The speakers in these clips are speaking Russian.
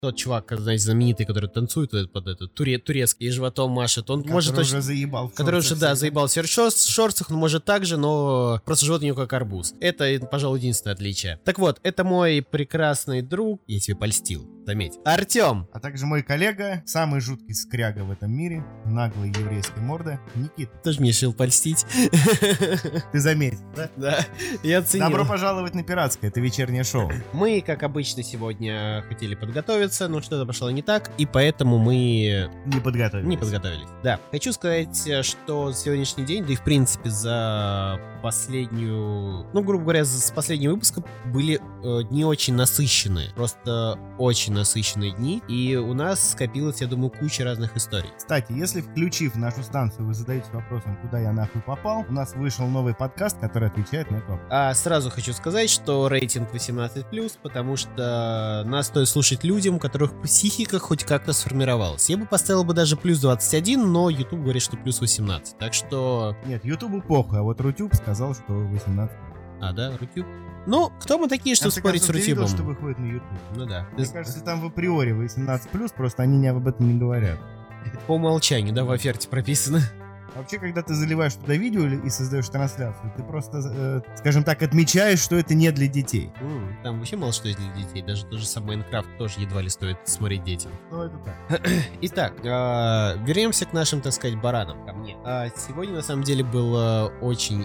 тот чувак, знаете, знаменитый, который танцует под этот турецкий и животом машет, он может точно... уже заебал. Который уже, да, заебал в шорцах, он может так же, но просто живот у него как арбуз. Это, пожалуй, единственное отличие. Так вот, это мой прекрасный друг, я тебе польстил, заметь, Артем. А также мой коллега, самый жуткий скряга в этом мире, наглой еврейской морды, Никита. Тоже мне решил польстить. Ты заметил, да? Да, я оценил. Добро пожаловать на Пиратское, это вечернее шоу. Мы, как обычно, сегодня хотели подготовиться, но что-то пошло не так, и поэтому мы... Не подготовились. Да. Хочу сказать, что сегодняшний день, да и в принципе за последнюю... Ну, грубо говоря, с последнего выпуска были дни очень насыщенные. Просто очень насыщенные дни. И у нас скопилось, я думаю, куча разных историй. Кстати, если, включив нашу станцию, вы задаетесь вопросом, куда я нахуй попал, у нас вышел новый подкаст, который отвечает на этот вопрос. А сразу хочу сказать, что рейтинг 18+, потому что нас стоит слушать людям, у которых психика хоть как-то сформировалась. Я бы поставил бы даже плюс 21, но YouTube говорит, что плюс 18. Так что... Нет, YouTube похуй, а вот Рутюб сказал, что 18. А, да, Рутюб? Ну, кто мы такие, что спорить с Рутюбом? Что выходит на YouTube. Ну да. Мне кажется, там в априори 18+, просто они об этом не говорят. По умолчанию, да, в оферте прописано. Вообще, когда ты заливаешь туда видео и создаешь трансляцию, ты просто, скажем так, отмечаешь, что это не для детей. Там вообще мало что есть для детей. Даже тот же самый Майнкрафт тоже едва ли стоит смотреть детям. Ну, это так. Итак, вернемся к нашим, так сказать, баранам, ко мне. Сегодня, на самом деле, была очень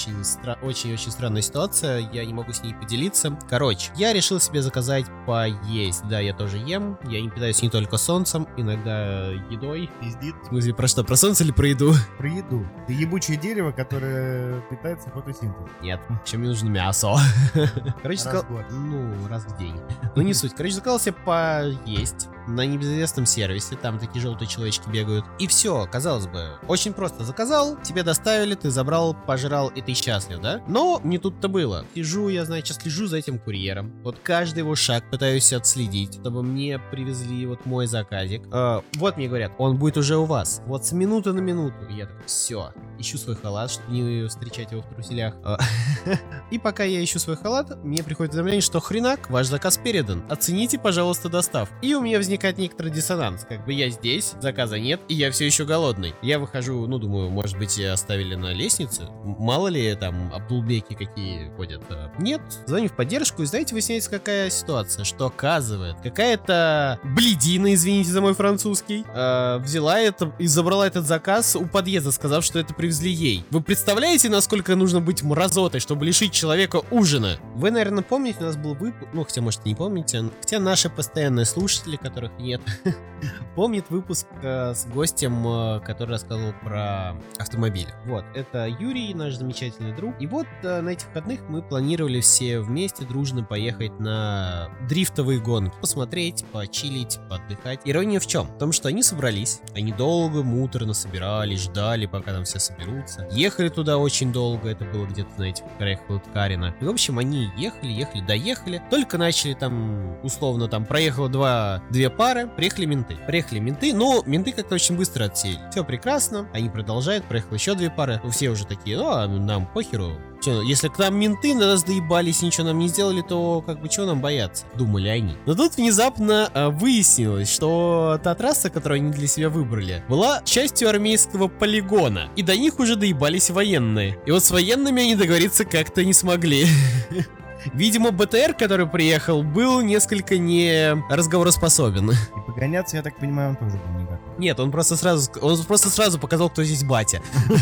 странная ситуация. Я не могу с ней поделиться. Короче, я решил себе заказать поесть. Да, я тоже ем. Я не питаюсь не только солнцем, иногда едой. Пиздит. В смысле, про что? Про солнце или про еду? Про еду. Ты ебучее дерево, которое питается фотосинтезом. Нет, чем мне нужно мясо. Короче, раз в год. Раз в день. Ну не суть. Короче, заказал себе поесть на неизвестном сервисе. Там такие желтые человечки бегают. И все, казалось бы, очень просто. Заказал, тебе доставили, ты забрал, пожрал, и ты счастлив, да? Но не тут-то было. Слежу за этим курьером. Вот каждый его шаг пытаюсь отследить, чтобы мне привезли вот мой заказик. Вот мне говорят, он будет уже у вас. Вот с минуты на минуту. Я такой, все, ищу свой халат, чтобы не встречать его в труселях. И пока я ищу свой халат, мне приходит уведомление, что хренак, ваш заказ передан. Оцените, пожалуйста, доставку. И у меня возникает некоторый диссонанс. Как бы я здесь, заказа нет, и я все еще голодный. Я выхожу, думаю, может быть, оставили на лестнице? Мало ли там Абдулбеки какие ходят. Нет. Звоню в поддержку, и знаете, выясняется, какая ситуация. Что оказывает, какая-то блядина, извините за мой французский, взяла это и забрала этот заказ у подъезда, сказав, что это привезли ей. Вы представляете, насколько нужно быть мразотой, чтобы лишить человека ужина? Вы, наверное, помните, у нас был выпуск, хотя, может, не помните, хотя наши постоянные слушатели, которых нет, помнят выпуск с гостем, который рассказывал про автомобили. Вот, это Юрий, наш замечательный друг. И вот на этих выходных мы планировали все вместе дружно поехать на дрифтовые гонки. Посмотреть, почилить, поотдыхать. Ирония в чем? В том, что они собрались, они долго, муторно собирались, ждали, пока там все соберутся. Ехали туда очень долго, это было где-то, знаете, в краях Луткарина. И, в общем, они ехали, доехали. Только начали там, условно, там проехало две пары, приехали менты, но менты как-то очень быстро отсеяли. Все прекрасно, они продолжают, проехало еще две пары. Все уже такие, нам похеру. Если к нам менты на нас доебались и ничего нам не сделали, то как бы чего нам бояться? Думали они. Но тут внезапно выяснилось, что та трасса, которую они для себя выбрали, была частью армейского полигона. И до них уже доебались военные. И вот с военными они договориться как-то не смогли. Видимо, БТР, который приехал, был несколько не разговороспособен. И погоняться, я так понимаю, он тоже был не готов. Нет, он просто сразу показал, кто здесь батя.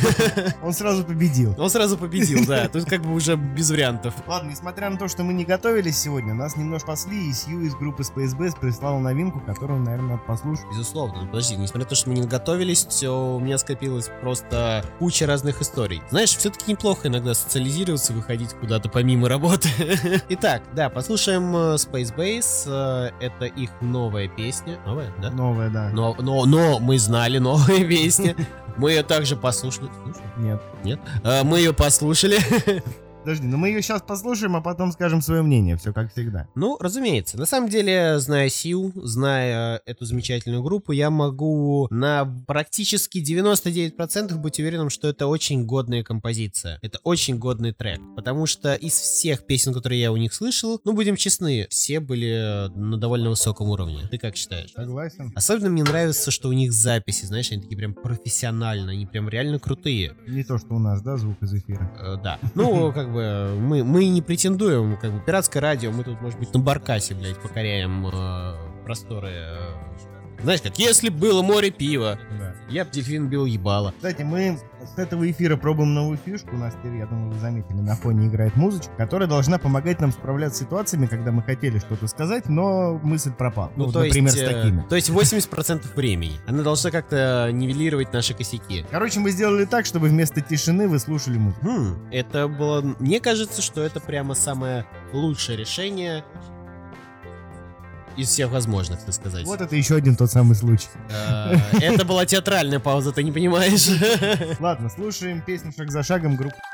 Он сразу победил. Да. Тут как бы уже без вариантов. Ладно, несмотря на то, что мы не готовились сегодня, нас немножко спасли, и Сью из группы SpaceBase прислала новинку, которую, наверное, надо послушать. Безусловно. Подожди, несмотря на то, что мы не готовились, все у меня скопилось просто куча разных историй. Знаешь, все-таки неплохо иногда социализироваться, выходить куда-то помимо работы. Итак, да, послушаем SpaceBase. Это их новая песня. Новая, да? Новая, да. Но мы знали новая песня. Мы ее также послушали. Нет. Мы ее послушали. Подожди, но мы ее сейчас послушаем, а потом скажем свое мнение, все как всегда. Ну, разумеется. На самом деле, зная Сиу, зная эту замечательную группу, я могу на практически 99% быть уверенным, что это очень годная композиция. Это очень годный трек. Потому что из всех песен, которые я у них слышал, ну, будем честны, все были на довольно высоком уровне. Ты как считаешь? Согласен. Особенно мне нравится, что у них записи, знаешь, они такие прям профессиональные, они прям реально крутые. Не то, что у нас, да, звук из эфира. Да. Ну, как бы, мы не претендуем, как бы, пиратское радио, мы тут, может быть, на баркасе, блядь, покоряем просторы. Знаешь, как если б было море пива, Да. я б дельфин бил ебало. Кстати, мы с этого эфира пробуем новую фишку. У нас теперь, я думаю, вы заметили, на фоне играет музычка, которая должна помогать нам справляться с ситуациями, когда мы хотели что-то сказать, но мысль пропала. Ну, Вот, то например, есть, с такими. То есть 80% времени. Она должна как-то нивелировать наши косяки. Короче, мы сделали так, чтобы вместо тишины вы слушали музыку. Это было... Мне кажется, что это прямо самое лучшее решение из всех возможных, так сказать. Вот это еще один тот самый случай. Это была театральная пауза, ты не понимаешь? Ладно, слушаем песню «Шаг за шагом» группы